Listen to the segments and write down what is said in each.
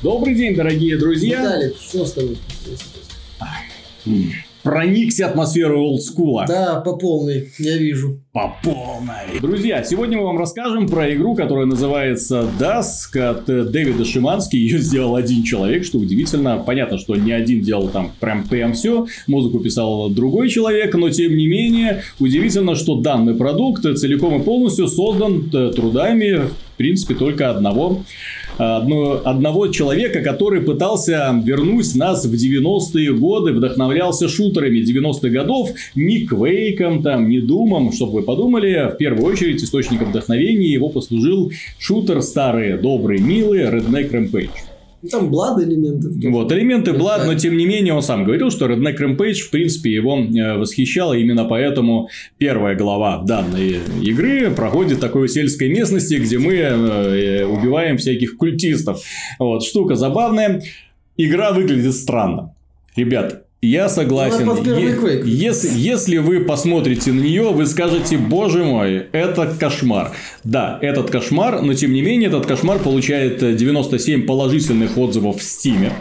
Добрый день, дорогие друзья. Виталик, что с тобой? Проникся атмосферой олдскула. Да, по полной, я вижу. По полной. Друзья, сегодня мы вам расскажем про игру, которая называется Dusk от Дэвида Шимански. Ее сделал один человек, что удивительно. Понятно, что не один делал там прям все. Музыку писал другой человек, но тем не менее удивительно, что данный продукт целиком и полностью создан трудами, в принципе, только одного человека, который пытался вернуть нас в 90-е годы, вдохновлялся шутерами 90-х годов, не Квейком, там, не Думом, чтобы вы подумали, в первую очередь источником вдохновения его послужил шутер старый, добрый, милый Redneck Rampage. Там Blood элементы. Вот, элементы Blood, но тем не менее он сам говорил, что Redneck Rampage, в принципе, его восхищало. Именно поэтому первая глава данной игры проходит в такой сельской местности, где мы убиваем всяких культистов. Вот, штука забавная. Игра выглядит странно. Ребят, я согласен. Если вы посмотрите на нее, вы скажете: боже мой, это кошмар. Да, этот кошмар, но тем не менее этот кошмар получает 97 положительных отзывов в Steam.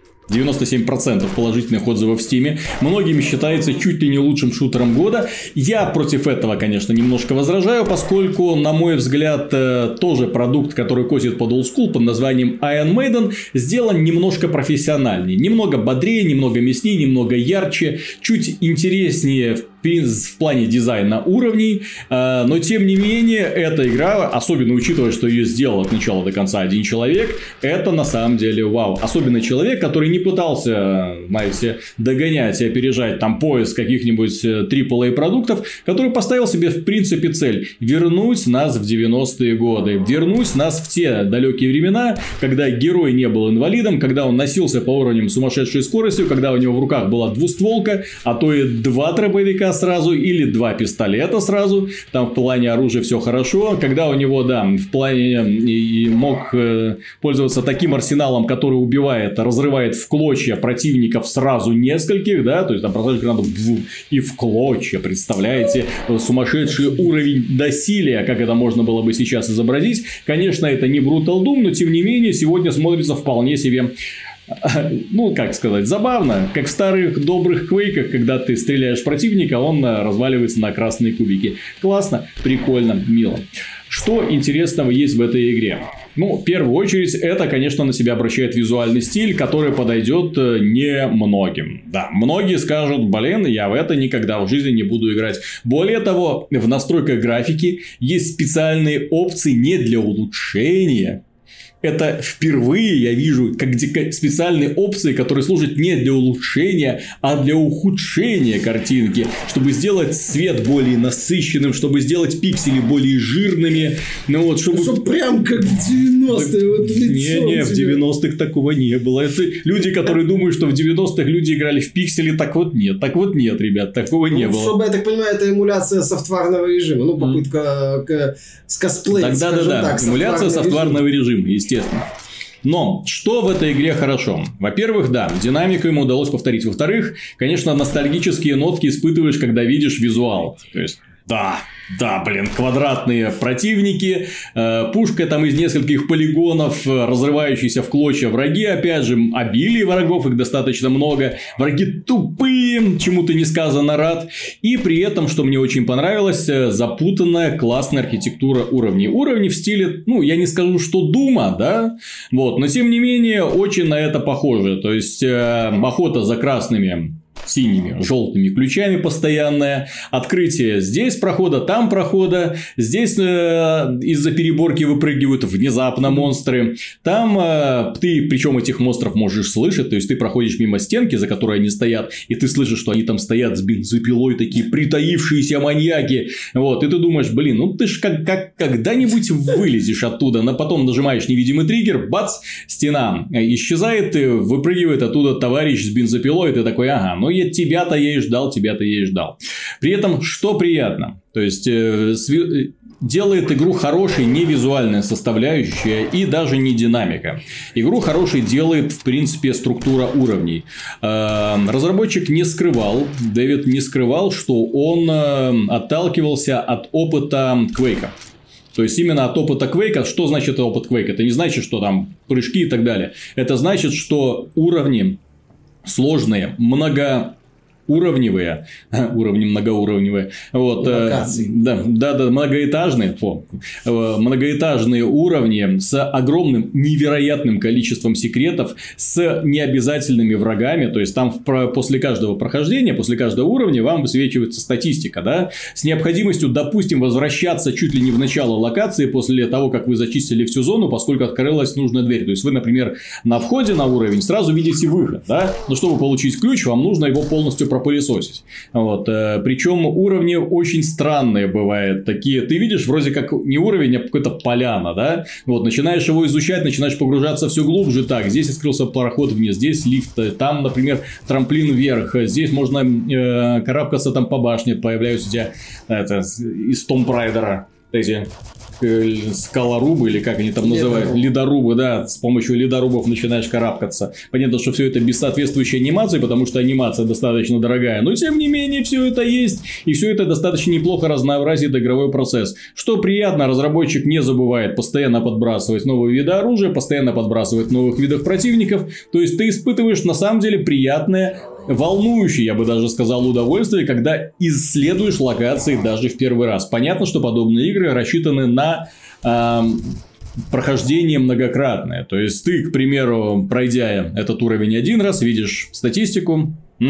97% положительных отзывов в Steam. Многими считается чуть ли не лучшим шутером года. Я против этого, конечно, немножко возражаю, поскольку, на мой взгляд, тоже продукт, который косит под олдскул под названием Iron Maiden, сделан немножко профессиональнее. Немного бодрее, немного мяснее, немного ярче, чуть интереснее в плане дизайна уровней, но тем не менее эта игра, особенно учитывая, что ее сделал от начала до конца один человек, это на самом деле вау. Особенно человек, который не пытался, знаете, догонять и опережать там поиск каких-нибудь AAA продуктов, который поставил себе в принципе цель вернуть нас в 90-е годы, вернуть нас в те далекие времена, когда герой не был инвалидом, когда он носился по уровням сумасшедшей скоростью, когда у него в руках была двустволка, а то и 2 дробовика сразу или 2 пистолета сразу. Там в плане оружия все хорошо. Когда у него, да, в плане и мог пользоваться таким арсеналом, который убивает, разрывает в клочья противников сразу нескольких, да, то есть там бросаешь гранату и в клочья, представляете, сумасшедший уровень досилия, как это можно было бы сейчас изобразить. Конечно, это не Brutal Doom, но тем не менее сегодня смотрится вполне себе, ну, как сказать, забавно, как в старых добрых квейках, когда ты стреляешь в противника, он разваливается на красные кубики. Классно, прикольно, мило. Что интересного есть в этой игре? Ну, в первую очередь, это, конечно, на себя обращает визуальный стиль, который подойдет не многим. Да, многие скажут: блин, я в это никогда в жизни не буду играть. Более того, в настройках графики есть специальные опции не для улучшения. Это впервые я вижу как специальные опции, которые служат не для улучшения, а для ухудшения картинки. Чтобы сделать цвет более насыщенным, чтобы сделать пиксели более жирными. Ну, вот, чтобы прям как в 90-е. Вот не, в 90-х такого не было. Это люди, которые думают, что в 90-х люди играли в пиксели. Так вот нет, ребят, такого не было. Чтобы, я так понимаю, это эмуляция софтварного режима. Ну, попытка с косплеем. Да, эмуляция софтварного режима, естественно. Но что в этой игре хорошо? Во-первых, да, динамику ему удалось повторить. Во-вторых, конечно, ностальгические нотки испытываешь, когда видишь визуал. То есть, да, блин, квадратные противники, пушка там из нескольких полигонов, разрывающиеся в клочья враги, опять же, обилие врагов, их достаточно много, враги тупые, чему-то несказанно рад, и при этом, что мне очень понравилось, запутанная классная архитектура уровней. Уровни в стиле, ну, я не скажу, что Дума, да, вот, но тем не менее, очень на это похоже, то есть, охота за красными, синими, желтыми ключами постоянное. Открытие здесь прохода, там прохода. Здесь из-за переборки выпрыгивают внезапно монстры. Там ты, причем этих монстров можешь слышать. То есть ты проходишь мимо стенки, за которой они стоят, и ты слышишь, что они там стоят с бензопилой, такие притаившиеся маньяки. Вот. И ты думаешь: блин, ну ты ж когда-нибудь вылезешь оттуда. Но потом нажимаешь невидимый триггер, бац, стена исчезает, и выпрыгивает оттуда товарищ с бензопилой. И ты такой: ага, ну тебя-то я и ждал. При этом, что приятно, то есть, делает игру хорошей не визуальная составляющая и даже не динамика. Игру хорошей делает, в принципе, структура уровней. Разработчик не скрывал, Дэвид не скрывал, что он отталкивался от опыта Quake. То есть, именно от опыта Quake. Что значит опыт Quake? Это не значит, что там прыжки и так далее. Это значит, что уровни сложные, многоуровневые, многоуровневые, вот, многоэтажные уровни с огромным невероятным количеством секретов, с необязательными врагами, то есть там после каждого прохождения, после каждого уровня вам высвечивается статистика, да, с необходимостью, допустим, возвращаться чуть ли не в начало локации после того, как вы зачистили всю зону, поскольку открылась нужная дверь. То есть вы, например, на входе на уровень сразу видите выход, да, но чтобы получить ключ, вам нужно его полностью пропылесосить. Вот. Причем уровни очень странные бывают. Такие, ты видишь, вроде как не уровень, а какая-то поляна, да? Вот, начинаешь его изучать, начинаешь погружаться все глубже. Так, здесь открылся пароход вниз, здесь лифт, там, например, трамплин вверх, здесь можно карабкаться там по башне, появляются у тебя из Tomb Raider эти скалорубы, или как они там называют, ледорубы, да, с помощью ледорубов начинаешь карабкаться. Понятно, что все это без соответствующей анимации, потому что анимация достаточно дорогая, но тем не менее все это есть, и все это достаточно неплохо разнообразит игровой процесс. Что приятно, разработчик не забывает постоянно подбрасывать новые виды оружия, постоянно подбрасывать новых видов противников, то есть ты испытываешь на самом деле приятное, волнующее, я бы даже сказал, удовольствие, когда исследуешь локации даже в первый раз. Понятно, что подобные игры рассчитаны на прохождение многократное. То есть ты, к примеру, пройдя этот уровень один раз, видишь статистику.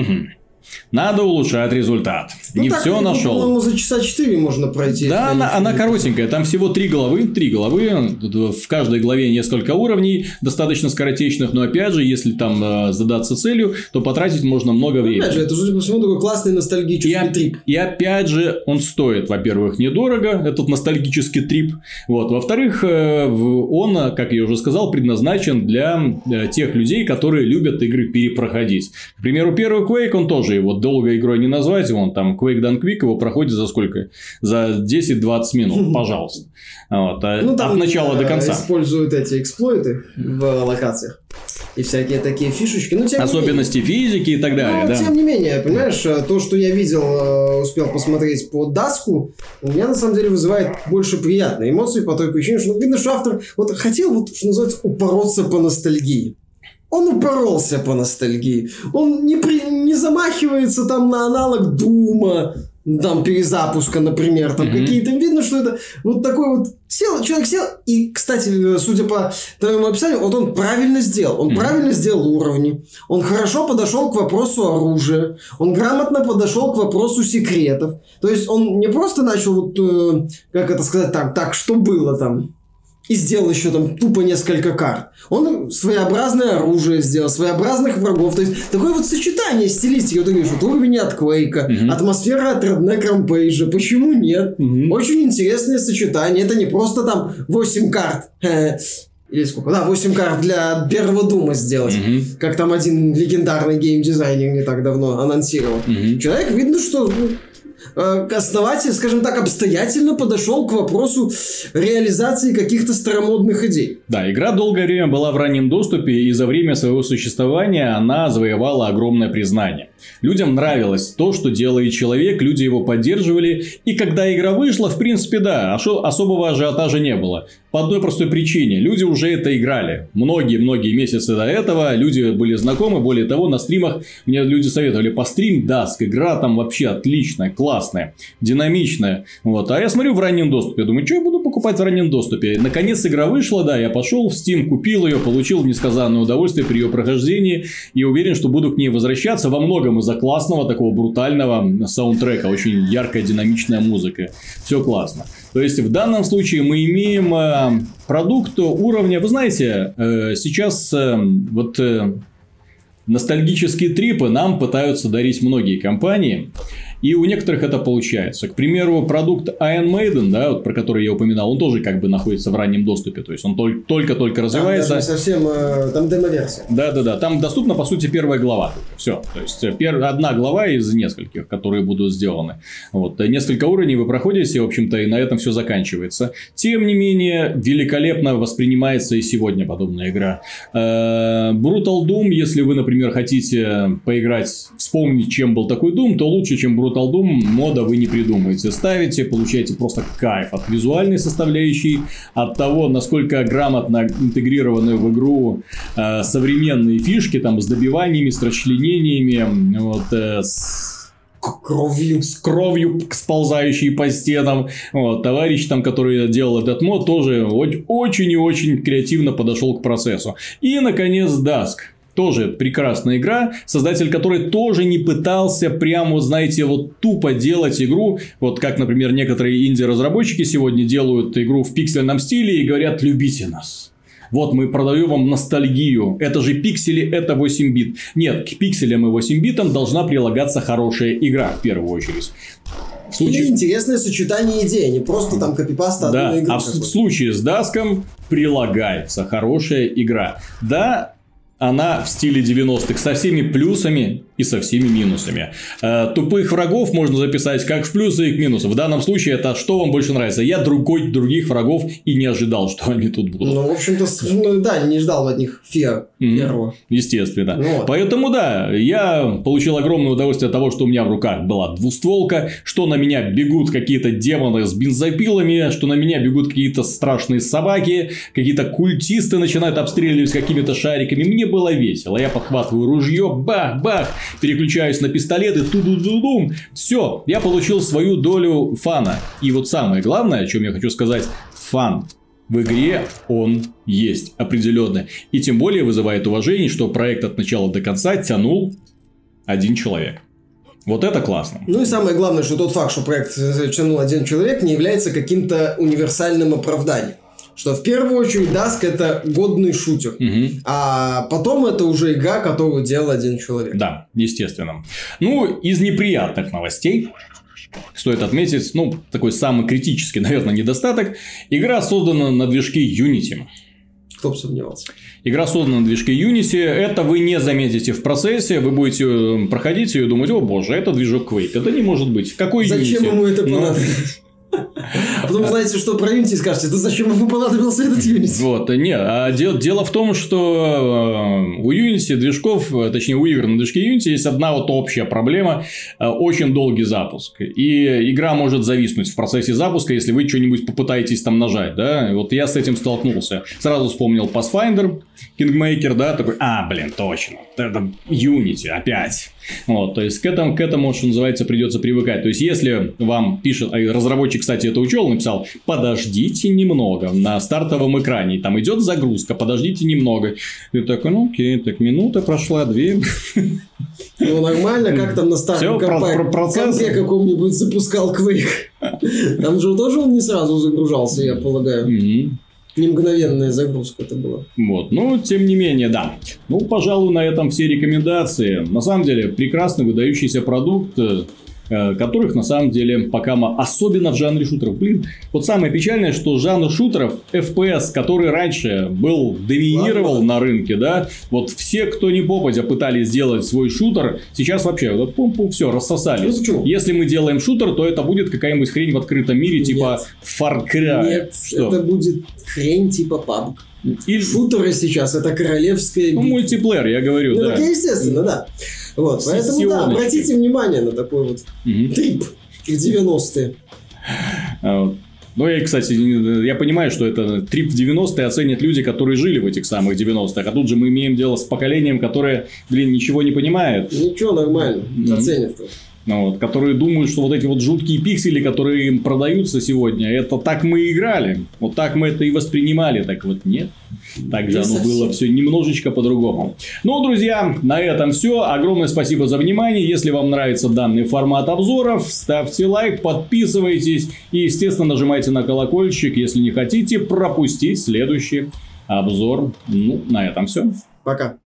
Надо улучшать результат. Не так, все нашел. По-моему, за часа 4 можно пройти. Да, она коротенькая. Там всего 3 главы. 3 главы. В каждой главе несколько уровней, достаточно скоротечных. Но опять же, если там задаться целью, то потратить можно много времени. Опять же, это, судя по всему, такой классный ностальгический трип. И опять же, он стоит, во-первых, недорого, этот ностальгический трип. Вот. Во-вторых, он, как я уже сказал, предназначен для тех людей, которые любят игры перепроходить. К примеру, первый Quake, он тоже его долгой игрой не назвать, он там Quake Done Quick его проходит за сколько? За 10-20 минут, пожалуйста. Вот. От начала до конца. Используют эти эксплойты в локациях. И всякие такие фишечки. Но, особенности физики и так далее. Но, тем не менее, понимаешь, то, что я видел, успел посмотреть по Даску, у меня на самом деле вызывает больше приятные эмоции по той причине, что видно, что автор хотел, что называется, упороться по ностальгии. Он упоролся по ностальгии. Он не замахивается там на аналог Дума, там перезапуска, например, там какие-то. Видно, что это вот такой вот человек сел. И, кстати, судя по твоему описанию, вот он правильно сделал. Он правильно сделал уровни. Он хорошо подошел к вопросу оружия. Он грамотно подошел к вопросу секретов. То есть он не просто начал как это сказать, так, что было там. И сделал еще там тупо несколько карт. Он своеобразное оружие сделал, своеобразных врагов. То есть, такое вот сочетание стилистики. Вот ты говоришь, вот уровень от Квейка, атмосфера от Redneck Rampage. Почему нет? Очень интересное сочетание. Это не просто там 8 карт. Или сколько? Да, 8 карт для первого Дума сделать. Как там один легендарный геймдизайнер не так давно анонсировал. Человек, видно, что... основатель, скажем так, обстоятельно подошел к вопросу реализации каких-то старомодных идей. Да, игра долгое время была в раннем доступе, и за время своего существования она завоевала огромное признание. Людям нравилось то, что делает человек, люди его поддерживали, и когда игра вышла, в принципе, да, особого ажиотажа не было. По одной простой причине. Люди уже это играли. Многие месяцы до этого люди были знакомы. Более того, на стримах мне люди советовали: пострим Dusk. Игра там вообще отличная, классная, динамичная. Вот. А я смотрю в раннем доступе. Думаю, что я буду покупать в раннем доступе? Наконец игра вышла, да, я пошел в Steam, купил ее, получил несказанное удовольствие при ее прохождении. И уверен, что буду к ней возвращаться во многом из-за классного, такого брутального саундтрека. Очень яркая, динамичная музыка. Все классно. То есть, в данном случае мы имеем продукт уровня... Вы знаете, сейчас ностальгические трипы нам пытаются дарить многие компании. И у некоторых это получается. К примеру, продукт Iron Maiden, да, вот, про который я упоминал, он тоже как бы находится в раннем доступе. То есть, он только-только развивается. Там даже совсем... Там демо-версия. Да-да-да. Там доступна, по сути, первая глава. Все. То есть, одна глава из нескольких, которые будут сделаны. Вот. Несколько уровней вы проходите, в общем-то, и на этом все заканчивается. Тем не менее, великолепно воспринимается и сегодня подобная игра. Brutal Doom, если вы, например, хотите поиграть, вспомнить, чем был такой Doom, то лучше, чем Brutal Mortal Doom мода вы не придумаете. Ставите, получаете просто кайф от визуальной составляющей, от того, насколько грамотно интегрированы в игру современные фишки, там, с добиваниями, с расчленениями, вот, с кровью, сползающей по стенам. Вот, товарищ, там, который делал этот мод, тоже очень и очень креативно подошел к процессу. И, наконец, Dusk. Тоже прекрасная игра, создатель которой тоже не пытался прямо, знаете, вот тупо делать игру. Вот как, например, некоторые инди-разработчики сегодня делают игру в пиксельном стиле и говорят: любите нас. Вот мы продаем вам ностальгию. Это же пиксели, это 8 бит. Нет, к пикселям и 8 битам должна прилагаться хорошая игра в первую очередь. Или интересное сочетание идей, не просто там копипаста одной игры. А в случае с Даском прилагается хорошая игра. Да, она в стиле 90-х, со всеми плюсами и со всеми минусами. Тупых врагов можно записать как в плюсы и к минусу. В данном случае это что вам больше нравится. Я других врагов и не ожидал, что они тут будут. Ну, в общем-то, да, не ждал от них Fear первого. Естественно. Вот. Поэтому, да, я получил огромное удовольствие от того, что у меня в руках была двустволка, что на меня бегут какие-то демоны с бензопилами, что на меня бегут какие-то страшные собаки, какие-то культисты начинают обстреливать какими-то шариками. Мне было весело. Я подхватываю ружье, бах-бах, переключаюсь на пистолет и ту-ду-ду-дум. Все, я получил свою долю фана. И вот самое главное, о чем я хочу сказать, фан. В игре он есть определенно. И тем более вызывает уважение, что проект от начала до конца тянул один человек. Вот это классно. Ну и самое главное, что тот факт, что проект тянул один человек, не является каким-то универсальным оправданием. Что в первую очередь Dusk это годный шутер. А потом это уже игра, которую делал один человек. Да, естественно. Ну, из неприятных новостей стоит отметить, ну, такой самый критический, наверное, недостаток. Игра создана на движке Unity. Кто бы сомневался. Игра создана на движке Unity. Это вы не заметите в процессе. Вы будете проходить ее и думать: о боже, это движок Quake. Это не может быть. Какой Unity? Зачем ему это понадобилось? А потом знаете, что про Unity скажете: да зачем ему понадобился этот Unity? Вот, нет, а дело в том, что у Unity движков, точнее у игр на движке Unity есть одна вот общая проблема: очень долгий запуск. И игра может зависнуть в процессе запуска, если вы что-нибудь попытаетесь там нажать, да. Вот я с этим столкнулся. Сразу вспомнил Pathfinder, Kingmaker, да, такой: точно, это Unity опять. Вот, то есть к этому, что называется, придется привыкать. То есть, если вам пишет, разработчик, кстати, это учел, написал: подождите немного на стартовом экране, там идет загрузка, подождите немного. И такой: ну окей, так минута прошла, 2. Ну нормально, как там на старом компе каком-нибудь запускал Quake. Там же тоже он не сразу загружался, я полагаю. Не мгновенная загрузка это была. Вот, но тем не менее, да. Ну, пожалуй, на этом все рекомендации. На самом деле, прекрасный выдающийся продукт, которых на самом деле пока особенно в жанре шутеров. Блин, вот самое печальное, что жанр шутеров, FPS, который раньше доминировал на рынке, да, вот все, кто не попадя, пытались сделать свой шутер, сейчас вообще вот, пум-пум, все, рассосались. Ну, если мы делаем шутер, то это будет какая-нибудь хрень в открытом мире, типа Far Cry. Нет, что? Это будет хрень типа PUBG. И шутеры сейчас это королевская битва. Ну, мультиплеер, я говорю, да. Ну, естественно, да. Вот, поэтому, да, обратите внимание на такой вот трип в 90-е. Ну, я, кстати, я понимаю, что это трип в 90-е оценят люди, которые жили в этих самых 90-х. А тут же мы имеем дело с поколением, которое, ничего не понимает. Ничего, нормально, оценят. Вот, которые думают, что вот эти вот жуткие пиксели, которые им продаются сегодня, это так мы играли. Вот так мы это и воспринимали. Так вот нет. Так же оно было все немножечко по-другому. Ну, друзья, на этом все. Огромное спасибо за внимание. Если вам нравится данный формат обзоров, ставьте лайк, подписывайтесь. И, естественно, нажимайте на колокольчик, если не хотите пропустить следующий обзор. Ну, на этом все. Пока.